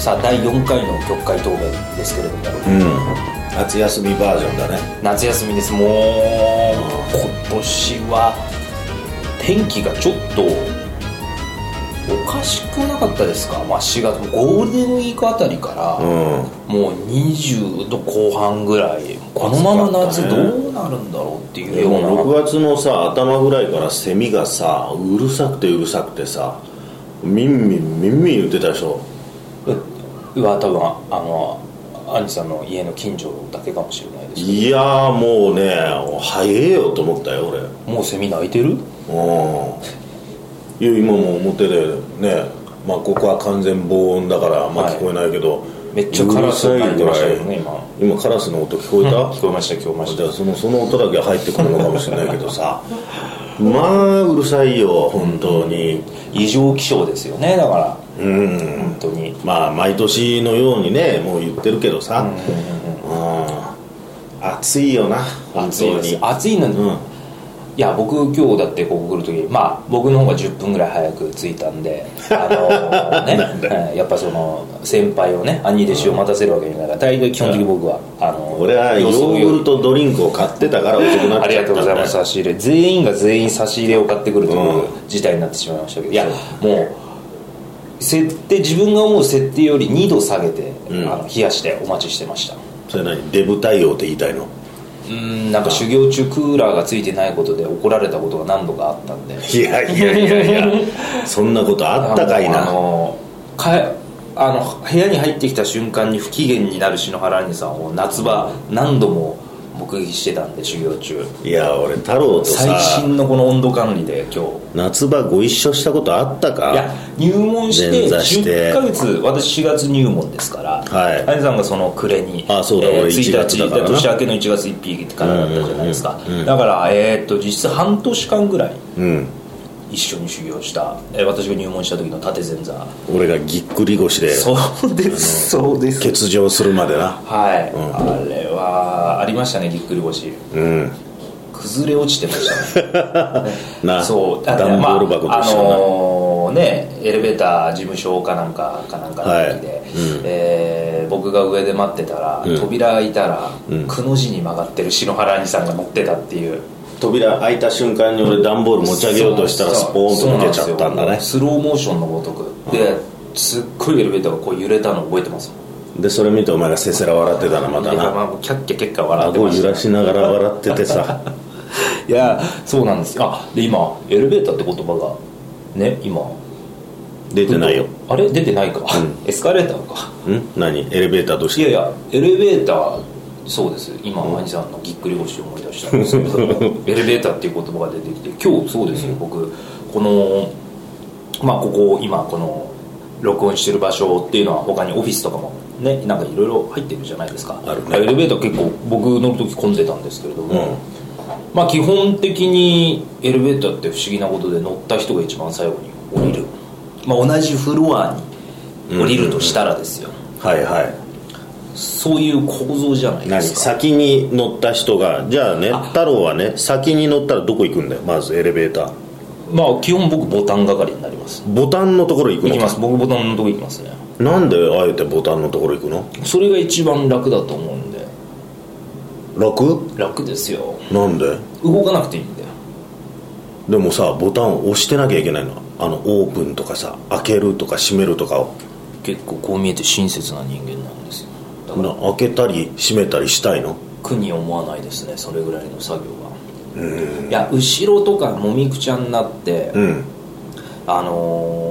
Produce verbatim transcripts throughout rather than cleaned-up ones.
さあだいよんかいの曲会答弁ですけれども、 うん、夏休みバージョンだね。 夏休みです。もう今年は天気がちょっとおかしくなかったですか。まあ、しがつゴールデンウィークあたりから、うん、もうにじゅうどこう半ぐらい、このまま夏どうなるんだろうっていうような、 ろくがつのさ頭ぐらいからセミがさうるさくてうるさくてさミンミンミンミン言ってたでしょ。 うわ、多分あの兄さんの家の近所だけかもしれないですけど。 いやーもうね早えよと思ったよ俺。 もうセミ鳴いてる。うん、 いや今も表でね、まあここは完全防音だからまあ聞こえないけど、はい、 めっちゃカラス鳴いてましたよね今。 今カラスの音聞こえた、うん、 聞こえました聞こえました。 じゃあそのその音だけ入ってくるのかもしれないけどさまあうるさいよ本当に、うん、 異常気象ですよね。だからうん本当にまあ毎年のようにねもう言ってるけどさ、うんうんうんうん、暑いよな本当に。 暑いです暑いのに、うん、いや僕今日だってここ来る時まあ僕の方がじゅっぷんぐらい早く着いたんであのねやっぱその先輩をね兄弟子を待たせるわけにいかないから大概基本的に僕は、うん、あの俺はヨーグルトドリンクを買ってたから遅くなっちゃったんだ。 ありがとうございます。差し入れ全員が全員差し入れを買ってくるという事態になってしまいましたけど、いやもう設定自分が思う設定よりにど下げて、うん、あの冷やしてお待ちしてました。 それ何デブ対応って言いたいの。 うーんなんか修行中クーラーがついてないことで怒られたことが何度かあったんで。 いやいやいやいやそんなことあったかいな。 あのかあの部屋に入ってきた瞬間に不機嫌になる篠原兄さんを夏場何度も目撃してたんで修行中。 いや俺太郎とさ最新のこの温度管理で今日夏場ご一緒したことあったか。 いや入門してじゅっかげつ私しがつ入門ですから、はい、兄さんがその暮れにあそうだ、えー、俺いちがつだからな年明けのいちがつついたちからだったじゃないですか、うんうんうん、だから、えー、っと実質半年間ぐらい、うん一緒に修行した、えー、私が入門した時の立前座。 俺がぎっくり腰でそうですそうです欠場するまでな。 はい、うん、あれはありましたねぎっくり腰、うん、崩れ落ちてましたねなそう段ボール箱と一緒な、 まあ、あのー、ねエレベーター事務所かなんかかなんかの時で、はいうんえー、僕が上で待ってたら、うん、扉開いたら、うん、くの字に曲がってる篠原兄さんが乗ってたっていう。 扉開いた瞬間に俺段ボール持ち上げようとしたらスポーンと抜けちゃったんだね。 スローモーションのごとくですっごいエレベーターがこう揺れたの覚えてます。 でそれ見てお前がせせら笑ってたなまたな。 まあ、キャッキャキャッキャ笑ってました。 顎揺らしながら笑っててさいやそうなんですよ。あで今エレベーターって言葉がね今出てないよ。 あれ出てないか、うん、エスカレーターかん何エレベーターとして。 いやいやエレベーターそうです今兄さんのぎっくり腰を思い出したんですけどエレベーターっていう言葉が出てきて今日そうですよ、うん、僕このまあここ今この録音してる場所っていうのは他にオフィスとかもねなんかいろいろ入ってるじゃないですか。 あるね。 エレベーター結構僕乗る時混んでたんですけれども、うん、まあ基本的にエレベーターって不思議なことで乗った人が一番最後に降りる、まあ、同じフロアに降りるとしたらですよ、 うんうんうん、はいはいそういう構造じゃないですか。 先に乗った人がじゃあね太郎はね先に乗ったらどこ行くんだよまずエレベーター。 まあ基本僕ボタン係になります。 ボタンのところ行くの。 行きます僕ボタンのところ行きますね。 なんであえてボタンのところ行くの。 それが一番楽だと思うんで。 楽楽ですよ。 なんで動かなくていいんだよ。 でもさボタンを押してなきゃいけないの。あのオープンとかさ開けるとか閉めるとかを。結構こう見えて親切な人間なんですよ。 開けたり閉めたりしたいの。 苦に思わないですねそれぐらいの作業は。うんいや後ろとかもみくちゃになって、うん、あのー、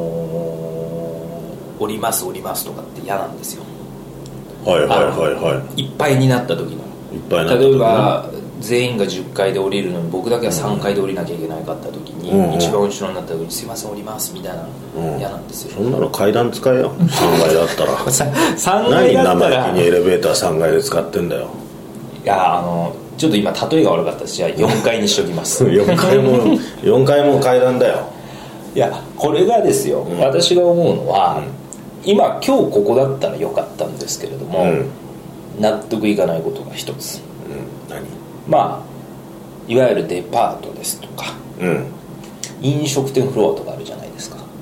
降ります降りますとかって嫌なんですよ。 はいはいはいはいいっぱいになった時のいっぱいになった時の例えば全員がじゅっかいで降りるのに僕だけはさんかいで降りなきゃいけなかった時に、うん、一番後ろになった時にすいません降りますみたいなの嫌なんですよ、 うん、そんなの階段使えよさんがいだったらさんがいだったら何生意気にエレベーターさんがいで使ってんだよ。 いやあのちょっと今例えが悪かったしじゃあよんかいにしときますよんかいもよんかいも階段だよ。 いやこれがですよ、うん、私が思うのは、うん、今今日ここだったらよかったんですけれども、うん、納得いかないことが一つ、 うん、何まあいわゆるデパートですとか、うん、飲食店フロアとかあるじゃないですか。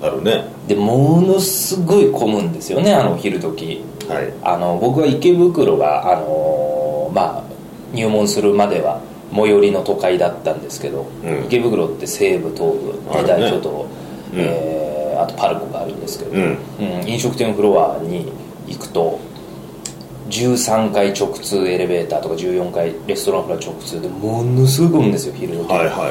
あるね。 でものすごい混むんですよね、あのお昼時。 はい。 あの僕は池袋が、あのーまあ、入門するまでは最寄りの都会だったんですけど、うん、池袋って西部東部二大巨頭、あ、ねえー、あとパルコがあるんですけど、うんうん、飲食店フロアに行くとじゅうさんかい直通エレベーターとかじゅうよんかいレストランフロア直通でものすごい混むんですよ、昼時。 はいはい、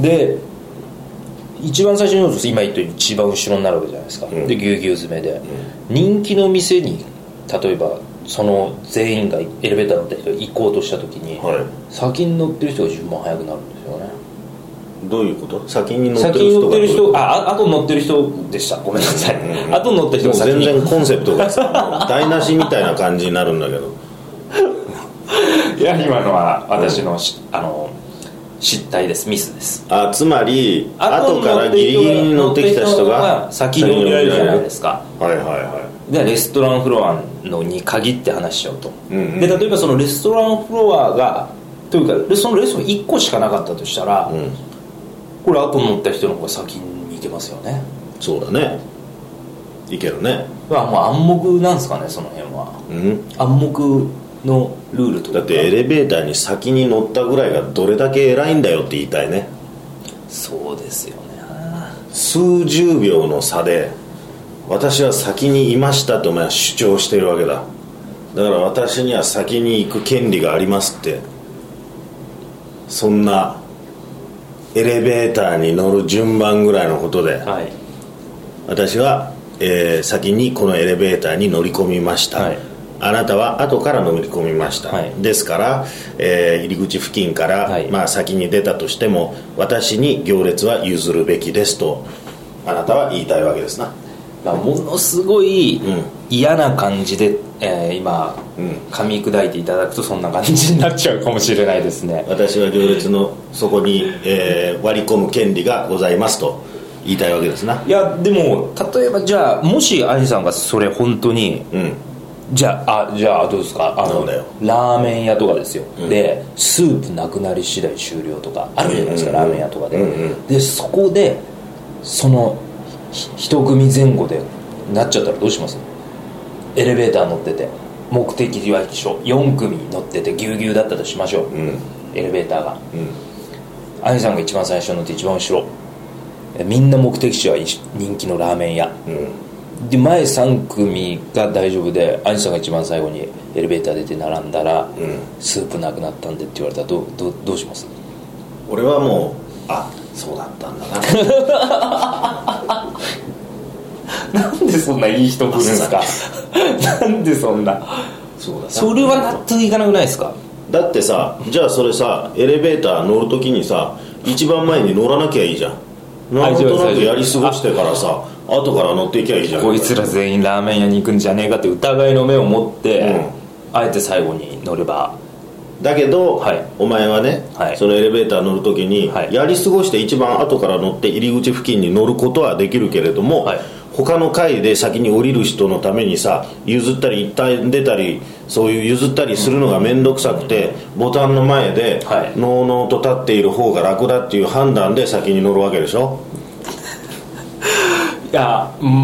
で一番最初に乗ると今言ったように一番後ろになるわけじゃないですか、うん、でぎゅうぎゅう詰めで、うん、人気の店に例えばその全員がエレベーター乗った人が行こうとした時に、はい、先に乗ってる人が順番早くなるんですよね。 どういうこと？先に乗ってる人が先に乗ってる人、あ、あと乗ってる人でした、ごめんなさい、うん、あと乗った人が先に。 全然コンセプトがさ台無しみたいな感じになるんだけどいや今のは私の、うん、あの失態です、ミスです。 あ、つまり後からギリギリに乗ってきた人が先に降りられるじゃないですか。 はいはいはい。 でレストランフロアのに限って話しちゃうと、うんうん、で例えばそのレストランフロアがというかそのレストランいっこしかなかったとしたら、うん、これ後に乗った人の方が先に行けますよね。 そうだね、いけるね。 まあもう暗黙なんですかね、その辺は、うん、暗黙のルールというか。 だってエレベーターに先に乗ったぐらいがどれだけ偉いんだよって言いたいね。 そうですよね。 数十秒の差で私は先にいましたとお前は主張してるわけだ。だから私には先に行く権利がありますって。そんなエレベーターに乗る順番ぐらいのことで、はい、私は、えー、先にこのエレベーターに乗り込みました、はい、あなたは後から乗り込みました、はい、ですから、えー、入り口付近から、はい、まあ、先に出たとしても私に行列は譲るべきですとあなたは言いたいわけですな。 まあ、ものすごい嫌な感じで、えー、今、うん、噛み砕いていただくとそんな感じになっちゃうかもしれないですね。 私は行列の底に、えー、割り込む権利がございますと言いたいわけですな。 いやでも例えばじゃあもし兄さんがそれ本当に、うん、じゃあ、あ、じゃあどうですか、あのラーメン屋とかですよ、うん、でスープなくなり次第終了とかあるじゃないですか、うんうんうん、ラーメン屋とかで、うんうん、でそこでその一組前後でなっちゃったらどうします？エレベーター乗ってて目的地は一緒よん組乗っててぎゅうぎゅうだったとしましょう、うん、エレベーターが、うん、兄さんが一番最初乗って一番後ろ、みんな目的地は人気のラーメン屋、うん、で前さん組が大丈夫で兄さんが一番最後にエレベーター出て並んだら、うん、スープなくなったんでって言われたらどう、どう、どうします？ 俺はもうあ、そうだったんだななんでそんないい人ぶるんですかなんでそんな。そうだ、それは納得いかなくないですか？ だってさ、じゃあそれさエレベーター乗るときにさ一番前に乗らなきゃいいじゃん。なんとなくやり過ごしてからさ後から乗っていきゃいいじゃん。 こいつら全員ラーメン屋に行くんじゃねえかって疑いの目を持って、うん、あえて最後に乗れば。 だけど、はい、お前はね、はい、そのエレベーター乗るときに、はい、やり過ごして一番後から乗って入り口付近に乗ることはできるけれども、はい、他の階で先に降りる人のためにさ譲ったり一旦出たりそういう譲ったりするのが面倒くさくて、うん、ボタンの前でのうのうと立っている方が楽だっていう判断で先に乗るわけでしょ。 いや、うん、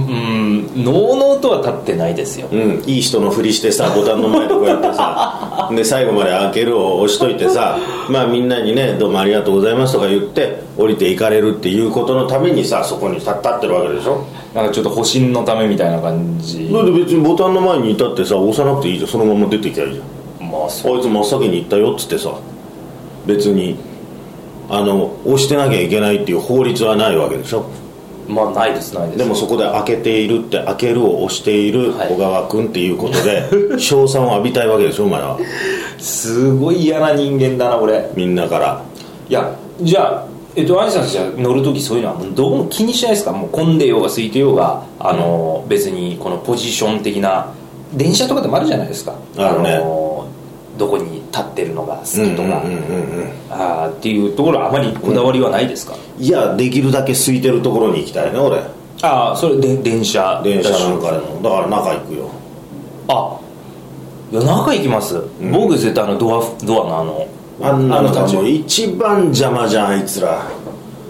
のうのうとは立ってないですよ、 うん、いい人のふりしてさボタンの前でこうやってさで最後まで開けるを押しといてさまあみんなにねどうもありがとうございますとか言って降りていかれるっていうことのためにさそこに立ってるわけでしょ。 なんかちょっと保身のためみたいな感じ。 だって別にボタンの前にいたってさ押さなくていいじゃん。そのまま出てきゃいいじゃん。まあそう、あいつ真っ先に行ったよっつってさ別にあの押してなきゃいけないっていう法律はないわけでしょ。 まあないですないです。 でもそこで開けているって開けるを押している小川君っていうことで、はい、称賛を浴びたいわけでしょお前は。 すごい嫌な人間だな俺。 みんなから。 いやじゃあえっと兄さんじゃ乗るときそういうのはもうどうも気にしないですか？もう混んでようが空いてようがあの、うん、別にこのポジション的な電車とかでもあるじゃないですか。 あるね。あのどこに立ってるのが好きとかあっていうところはあまりこだわりはないですか？ うん、いやできるだけ空いてるところに行きたいね俺。 ああそれで電車電車なんかでもだから中行くよ。 あいや中行きます、うん、僕絶対あのドアドアのあのあんなのたちも一番邪魔じゃんあいつら。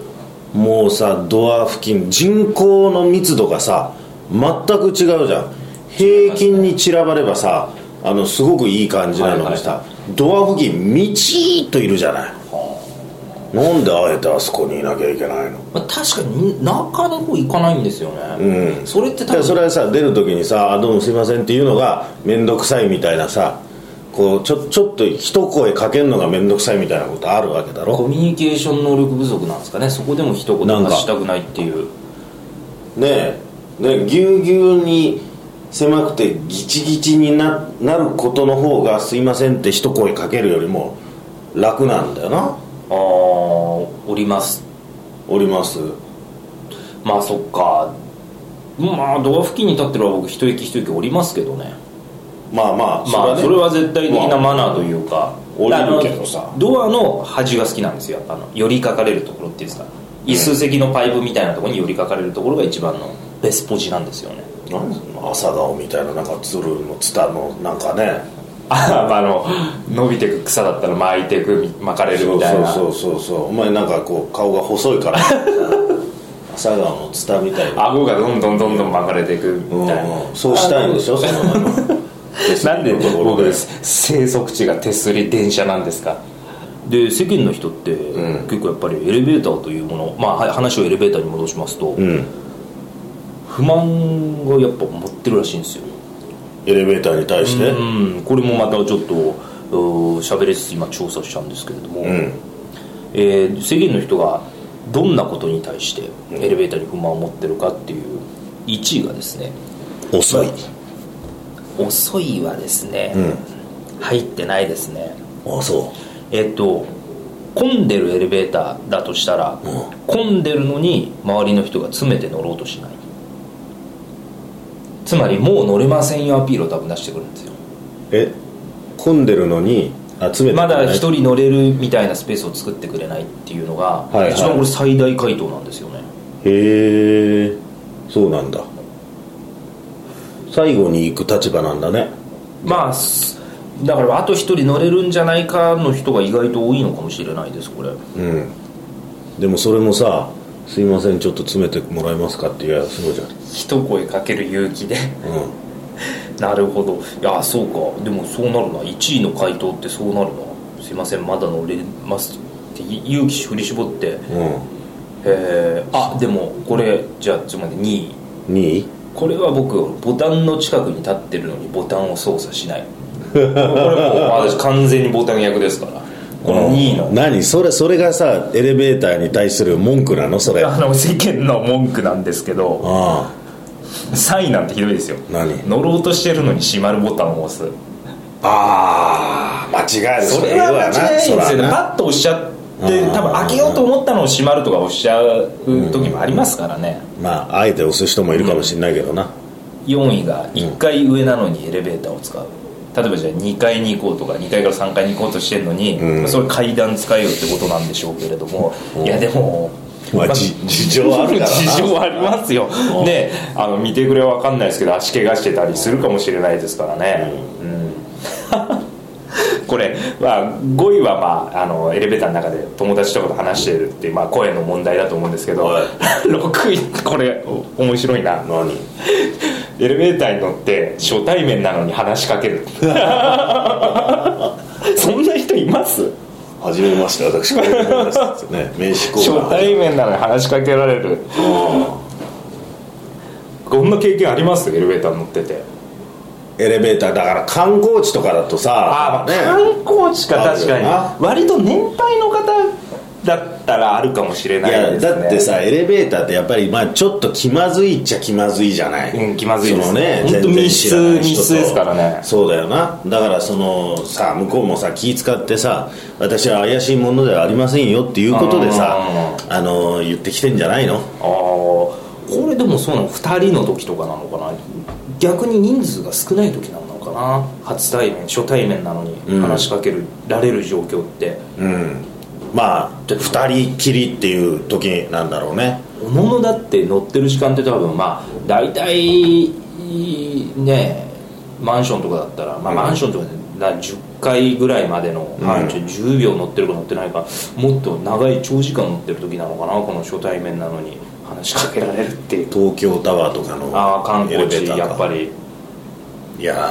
もうさドア付近人口の密度がさ全く違うじゃん。平均に散らばればさあのすごくいい感じなのにさ、はいはい、ドア付近みちーっといるじゃない。なんであえてあそこにいなきゃいけないの。 まあ、確かに中の方行かないんですよね、うん、それって多分それはさ出る時にさあどうもすいませんっていうのが面倒くさいみたいなさこうちょ、ちょっと一声かけるのが面倒くさいみたいなことあるわけだろ。 コミュニケーション能力不足なんですかね。そこでも一言発したくないっていうねえねぎゅうぎゅうに狭くてギチギチに な, なることの方がすいませんって一声かけるよりも楽なんだよな。 ああおりますおります。 まあそっか。まあドア付近に立ってるは僕一息一息おりますけどね。 まあまあそれは、ね、まあ、それは絶対的なマナーというか、 まあ、降りるけどさドアの端が好きなんですよ。あの寄りかかれるところっていうんですか、椅子席のパイプみたいなところに寄りかかれるところが一番のベスポジなんですよね。 何朝顔みたいななんかつるのツタのなんかねああの伸びてく草だったら巻いてく巻かれるみたいな。 そうそうそうそうお前なんかこう顔が細いから朝顔のツタみたいな顎がどんどんどんどん巻かれていくみたいな、 うん、そうしたいんでしょそのなんで僕生息地が手すり電車なんですか。で世間の人って、うん、結構やっぱりエレベーターというもの、まあ話をエレベーターに戻しますと、うん、不満がやっぱ持ってるらしいんですよエレベーターに対して。 うんこれもまたちょっと喋りつつ今調査したんですけれども、うんえー、世間の人がどんなことに対してエレベーターに不満を持ってるかっていういちいがですね遅い、まあ、遅いはですね、うん、入ってないですね。 あそうえっと混んでるエレベーターだとしたら、うん、混んでるのに周りの人が詰めて乗ろうとしない。つまりもう乗れませんよアピールを多分出してくるんですよ。 え混んでるのに集めてまだ一人乗れるみたいなスペースを作ってくれないっていうのが、はいはい、一番これ最大回答なんですよね。 へえそうなんだ。最後に行く立場なんだね。 まあだからあと一人乗れるんじゃないかの人が意外と多いのかもしれないですこれ。 うんでもそれもさすいませんちょっと詰めてもらえますかって言えばすごいじゃん。一声かける勇気で、うん、なるほど。いやそうか。でもそうなるな。いちいの回答ってそうなるな。すいませんまだ乗れますって勇気振り絞って、うん、えー、あでもこれじゃあちょっと待ってにいにいこれは僕ボタンの近くに立ってるのにボタンを操作しないこれもう私完全にボタン役ですからこのにいの何それそれがさエレベーターに対する文句なのそれ。 あの世間の文句なんですけどああさんいなんてひどいですよ。 何乗ろうとしてるのに閉まるボタンを押す。 ああ間違える。 それは間違いないですよね。パッと押しちゃって多分開けようと思ったのを閉まるとか押しちゃう時もありますからね、 うん、まああえて押す人もいるかもしれないけどな、 うん、よんいがいっかい上なのにエレベーターを使う。例えばじゃあにかいに行こうとかにかいからさんかいに行こうとしてるのに、うん、それ階段使えよってことなんでしょうけれども、うん、いやでもまあ、事情あるからな事情ありますよであの見てくれは分かんないですけど足怪我してたりするかもしれないですからね、うんうんこれ、まあ、ごいは、まあ、あのエレベーターの中で友達とかと話してるっていう、まあ、声の問題だと思うんですけど、はい、ろくいこれ面白いな。 何エレベーターに乗って初対面なのに話しかけるそんな人います？ はじめまして私これですね名刺交換初対面なのに話しかけられるこんな経験あります？エレベーター乗ってて。 エレベーターだから観光地とかだとさあ、ね、観光地か確かに割と年配の方だったらあるかもしれないですね。 いやだってさエレベーターってやっぱりまあちょっと気まずいっちゃ気まずいじゃない、 うん、気まずいですね。 本当密室密室ですからね。 そうだよな。だからそのさ向こうもさ気使ってさ私は怪しいものではありませんよっていうことでさ あ, あの言ってきてんじゃないの。 ああこれでもそうなのふたりの時とかなのかな。逆に人数が少ない時なのかな。初対面初対面なのに話しかけられる状況って、 うん、うん、まあふたりきりっていう時なんだろうね。 おののだって乗ってる時間って多分まあ大体ねマンションとかだったら、まあ、マンションとかでなじゅっかいぐらいまでの範疇、うん、じゅうびょう乗ってるか乗ってないか、もっと長い長時間乗ってる時なのかな、この初対面なのに話しかけられるっていう。 東京タワーとかのああ観光地やっぱり。 いや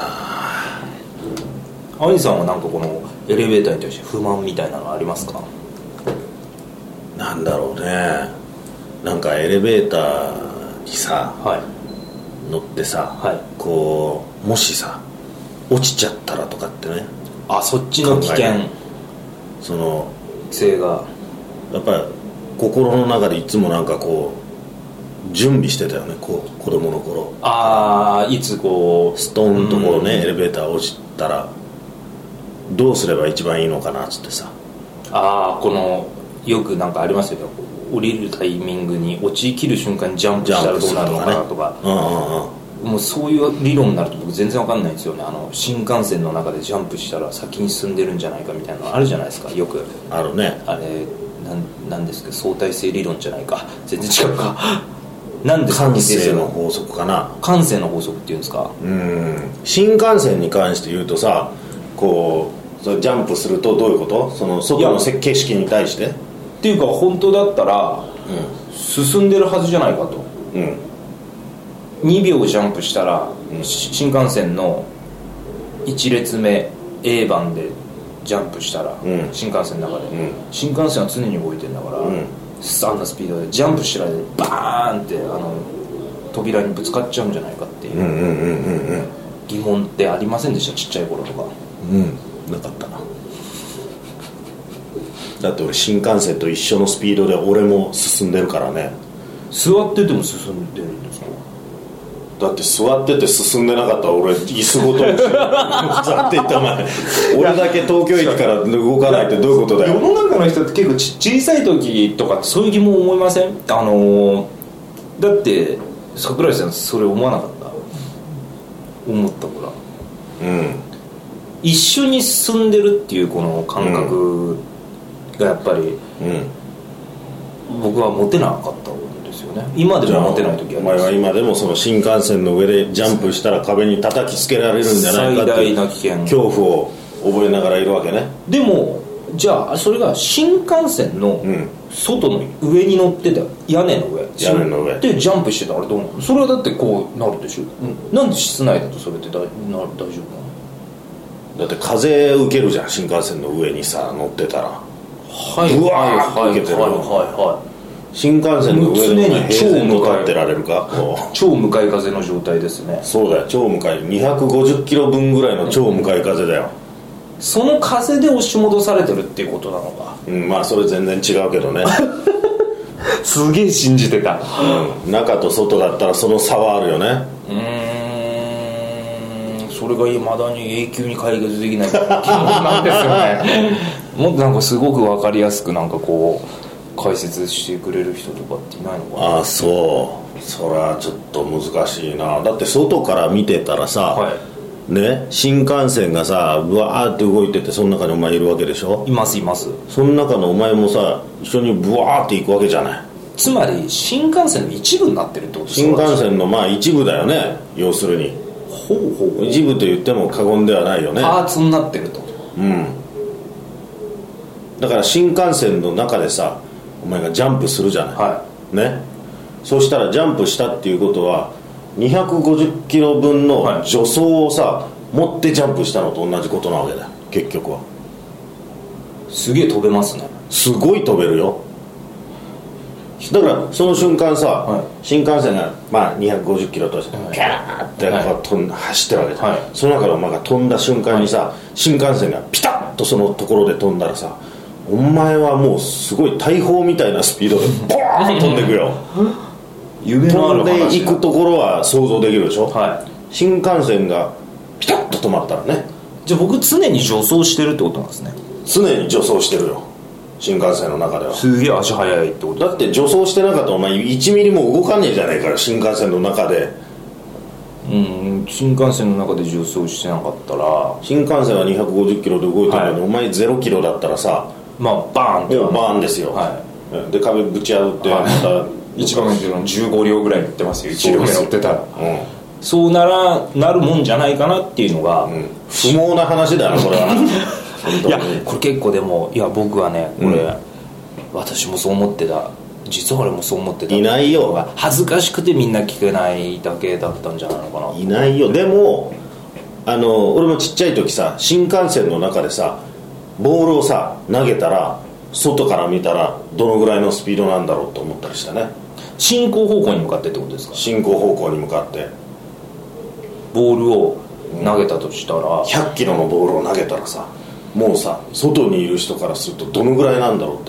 ー、兄さんはなんかこのエレベーターに対して不満みたいなのありますか？ なんだろうね、なんかエレベーターにさ、はい、乗ってさ、はい、こうもしさ落ちちゃったらとかってね、 あ、そっちの危険その性がやっぱり心の中でいつもなんかこう準備してたよね、こう子供の頃。 ああ、いつこうストーンとこうね、エレベーター落ちたらどうすれば一番いいのかなっつってさ。 ああ、このよくなんかありますよね、降りるタイミングに落ちきる瞬間にジャンプしたらどうなるのかなとか、うんうんうん、もうそういう理論になると僕全然わかんないんですよね。あの新幹線の中でジャンプしたら先に進んでるんじゃないかみたいなのあるじゃないですか、よくあるね。 あれなんなんですけど、相対性理論じゃないか、全然違うかなんで慣性の法則かな。 慣性の法則っていうんですか。 うん、新幹線に関して言うとさ、こうそれジャンプするとどういうこと？その外の景色に対してっていうか、本当だったら、うん、進んでるはずじゃないかと、うん、にびょうジャンプしたら、うん、新幹線のいち列目 A 番でジャンプしたら、うん、新幹線の中で、うん、新幹線は常に動いてるんだから、うん、あんなスピードでジャンプしたらバーンってあの扉にぶつかっちゃうんじゃないかっていう疑問ってありませんでした？ちっちゃい頃とか。 うん、なかったな。だって俺新幹線と一緒のスピードで俺も進んでるからね。 座ってても進んでるんですか？ だって座ってて進んでなかったら俺椅子ごとに座っていった前俺だけ東京駅から動かないってどういうことだよ。 世の中の人って結構ち小さい時とかそういう疑問思いません？あのー、だって桜井さんそれ思わなかった？思ったほら、うん、一緒に進んでるっていうこの感覚がやっぱり、うん、僕は持てなかったんですよね。今でも持てない時あります。お前は今でもその新幹線の上でジャンプしたら壁に叩きつけられるんじゃないかっていう最大な危険恐怖を覚えながらいるわけね。 でもじゃあそれが新幹線の外の上に乗ってた屋根の上屋根の上でジャンプしてたらどうなの？それはだってこうなるでしょ、うん、なんで室内だとそれってだな大丈夫なの？ だって風受けるじゃん、新幹線の上にさ乗ってたら。 はい、うわー受けてる。はいはいはい。 新幹線の上に平然と立ってられるか？ 超向かい風の状態ですね。 そうだよ、超向かいにひゃくごじゅっキロぶんぐらいの超向かい風だよ、 うん、その風で押し戻されてるっていうことなのか。 うん、まあそれ全然違うけどねすげえ信じてた、 うん、中と外だったらその差はあるよね。 うーん、それがいまだに永久に解決できない疑問なんですよねもっとなんかすごく分かりやすくなんかこう解説してくれる人とかっていないのかな。 ああ、そうそれはちょっと難しいな。だって外から見てたらさ、はい、ね、新幹線がさブワーって動いててその中にお前いるわけでしょ。 いますいます。 その中のお前もさ一緒にブワーって行くわけじゃない。 つまり新幹線の一部になってるってことですか？ 新幹線のまあ一部だよね、要するに。 ほうほう。 一部と言っても過言ではないよね。 パーツになってると。 うん。だから新幹線の中でさお前がジャンプするじゃない、はい、ね。そうしたらジャンプしたっていうことはにひゃくごじゅっキロぶんの助走をさ、はい、持ってジャンプしたのと同じことなわけだよ、結局は。 すげえ飛べますね。 すごい飛べるよ。だからその瞬間さ、はい、新幹線がまあにひゃくごじゅっキロとしてピャーってこう飛ん、はい、走ってるわけじゃん、はい、その中でお前が飛んだ瞬間にさ、はい、新幹線がピタッとそのところで飛んだらさ、お前はもうすごい大砲みたいなスピードでボーンと飛んでいくよ夢のある話だ。 飛んでいくところは想像できるでしょ、はい、新幹線がピタッと止まったらね。 じゃあ僕常に助走してるってことなんですね。 常に助走してるよ、新幹線の中では。 すげえ足速いってことだって助走してなかったらお前いちミリも動かねえじゃないから、新幹線の中で。 うん、新幹線の中で助走してなかったら。 新幹線はにひゃくごじゅっキロで動いてるのに、はい、お前ゼロキロだったらさ、 まあバーンってバーンですよ、はい、で壁ぶち破って、はい、また一番のじゅうご両ぐらい乗ってますよ、いち両目乗ってたら、うん、 そうならなるもんじゃないかなっていうのが、うん、 不毛な話だなこれは。 いやこれ結構でもいや僕はねこれ、うん、私もそう思ってた、実は俺もそう思ってた。 いないよ。 恥ずかしくてみんな聞けないだけだったんじゃないのかな。 いないよ。でもあの俺もちっちゃい時さ、新幹線の中でさボールをさ投げたら外から見たらどのぐらいのスピードなんだろうと思ったりしたね。 進行方向に向かってってことですか。 進行方向に向かってボールを投げたとしたら、 ひゃっキロのボールを投げたらさ、もうさ外にいる人からするとどのぐらいなんだろうって。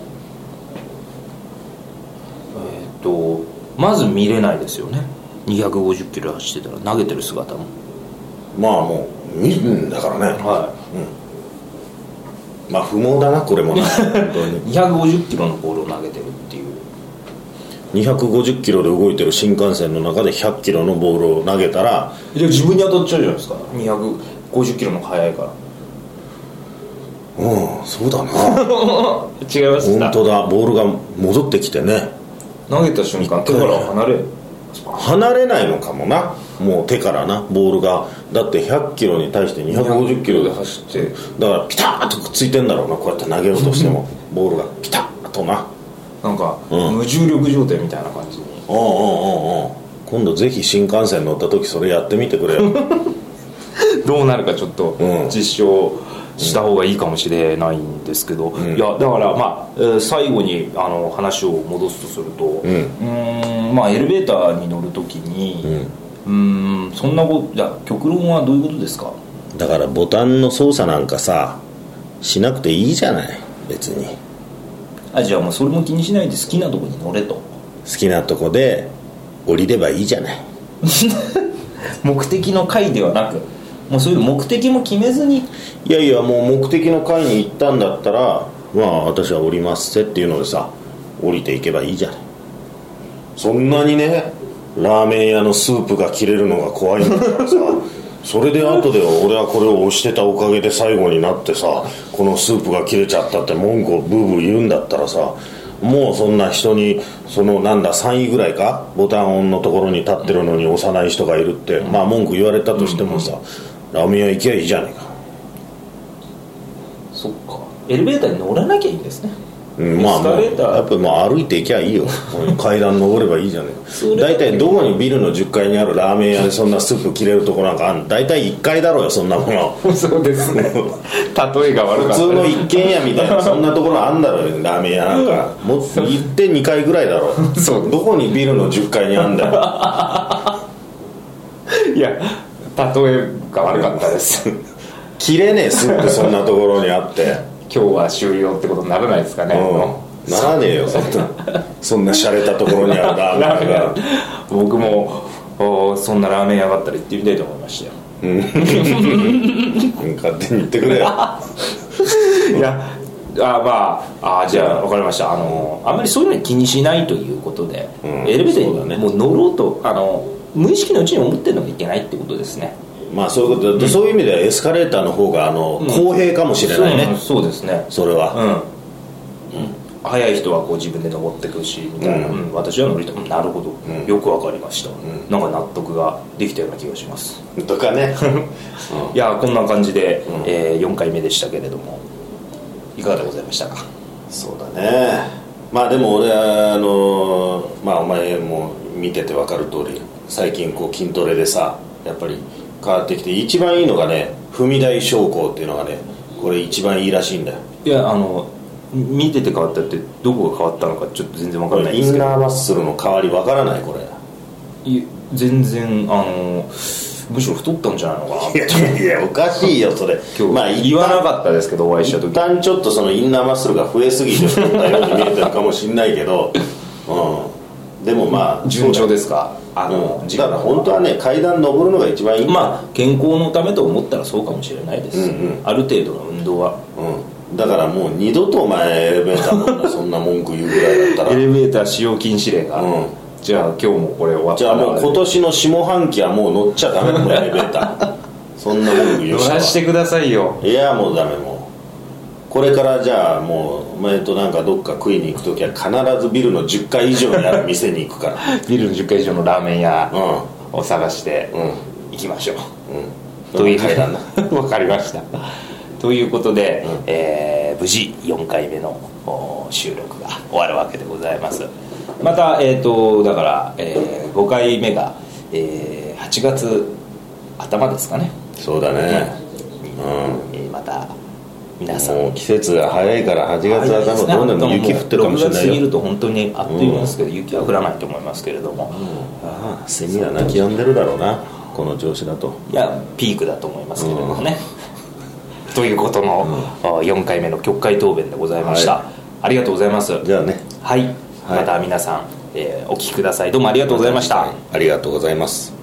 えー、っとまず見れないですよね。にひゃくごじゅっキロ走ってたら投げてる姿もまあもう見るんだからね。 はい、 うん、まあ不毛だなこれもね。本当ににひゃくごじゅっキロのボールを投げてるっていう。 にひゃくごじゅっキロで動いてる新幹線の中でひゃっキロのボールを投げたら、 いや自分に当たっちゃうじゃないですか。にひゃくごじゅっキロの速いから。 うん、そうだな。 違いますか。 本当だ、ボールが戻ってきてね。 投げた瞬間手から離れる。 離れないのかもな、もう手からな、ボールが。だってひゃっキロに対してにひゃくごじゅっキロで走って、だからピタッとくっついてんだろうな、こうやって投げようとしてもボールがピタッとな、 なんか、うん、無重力状態みたいな感じに。 おうおうおうおう、今度ぜひ新幹線乗った時それやってみてくれよ。 どうなるかちょっと実証した方がいいかもしれないんですけど、うん、いやだからまあ、えー、最後にあの話を戻すとすると、うん、うーんまあエレベーターに乗る時に、うん、うーんそんなこと、じゃ極論はどういうことですか。 だからボタンの操作なんかさしなくていいじゃない別に。 あ、じゃあもうそれも気にしないで好きなとこに乗れと。 好きなとこで降りればいいじゃない。 目的の階ではなく、もうそういう目的も決めずに。 いやいや、もう目的の階に行ったんだったら、まあ私は降りますってっていうのでさ降りていけばいいじゃない。そんなにねラーメン屋のスープが切れるのが怖いんだからさ。それで後で俺はこれを押してたおかげで最後になってさ、このスープが切れちゃったって文句をブーブー言うんだったらさ、もうそんな人にそのなんださんいぐらいかボタンオンのところに立ってるのに押さない人がいるって、まあ文句言われたとしてもさ、ラーメン屋行きゃいいじゃないか。 そっか、エレベーターに乗らなきゃいいんですね。 うん、まあ、まあ、やっぱりまあ歩いていきゃいいよ。階段登ればいいじゃねえか。大体どこにビルのじゅっかいにあるラーメン屋でそんなスープ切れるとこなんかあんの。大体いっかいだろうよそんなもの。 そうですね。例えが悪かった。 普通の一軒家みたいなそんなところあんだろうよラーメン屋なんか。もっと行ってにかいぐらいだろう。そうどこにビルのじゅっかいにあんだよ。 いや例えが悪かったです。 切れねえスープそんなところにあって。 今日は終了ってことにならないですかね。 うん、ならねえよそんなそんな洒落たところにあるラーメンが。 僕もそんなラーメン屋があったら行ってみたいと思いましたよ。うん、 勝手に言ってくれよ。 いやあまああじゃあ分かりました。あのあんまりそういうのに気にしないということで、うん、エレベーターにもう乗ろうとあの無意識のうちに思ってるのがいけないってことですね。 まあそういうことで、うん、そういう意味ではエスカレーターの方があの、うん、公平かもしれないね。 そう、そうですね。 それは、うんうん、 早い人はこう自分で登ってくるしみたいな、うんうん、私は乗りたい、なるほど、うん、よくわかりました、うん、なんか納得ができたような気がしますとかね。 いやこんな感じで、うんえー、よんかいめでしたけれどもいかがでございましたか。 そうだね。まあでも俺はあのまあお前も見ててわかる通り最近こう筋トレでさやっぱり変わってきて一番いいのがね踏み台昇降っていうのがねこれ一番いいらしいんだよ。 いやあの見てて変わったってどこが変わったのかちょっと全然わからないんですけど、 インナーマッスルの変わりわからないこれ。 い全然あのむしろ太ったんじゃないのかな。 いやいやおかしいよそれ。 今日、まあ、言わなかったですけどお会いした時一旦ちょっとそのインナーマッスルが増えすぎて太ったように見えてるかもしれないけど、うん、でもまあ順調ですか。 あの、うん、だから本当はね階段登るのが一番いい。 まあ健康のためと思ったらそうかもしれないです、うんうん、ある程度の運動は、 うん、だからもう二度とお前エレベーター乗んなそんな文句言うぐらいだったらエレベーター使用禁止令が、うん、じゃあ今日もこれ終わった。 じゃあもう今年の下半期はもう乗っちゃダメだもんエレベーター。そんな文句言う人は乗らしてくださいよ。 いやもうダメ。もうこれからじゃあもうお前となんかどっか食いに行くときは必ずビルのじゅっかい以上にある店に行くから。 ビルのじゅっかい以上のラーメン屋、 うん、 を探していきましょう、 うん、 という階段のわかりましたということで、うん、えー、無事よんかいめの収録が終わるわけでございます。また、えーと、だから、えー、ごかいめが、えー、はちがつ頭ですかね。 そうだね、 うん、えー、また皆さんもう季節が早いからはちがつ頭どんどん雪降ってるかもしれないよ。 過ぎると本当にあっという間ですけど、うん、雪は降らないと思いますけれども、 うん、ああセミは泣き止んでるだろうな、この調子だと。 いやピークだと思いますけれどもね、うん、ということの、うん、よんかいめの曲会答弁でございました、はい、ありがとうございます。 じゃあね、 はい、はい、また皆さん、えー、お聞きください。どうもありがとうございました。 ありがとうございます。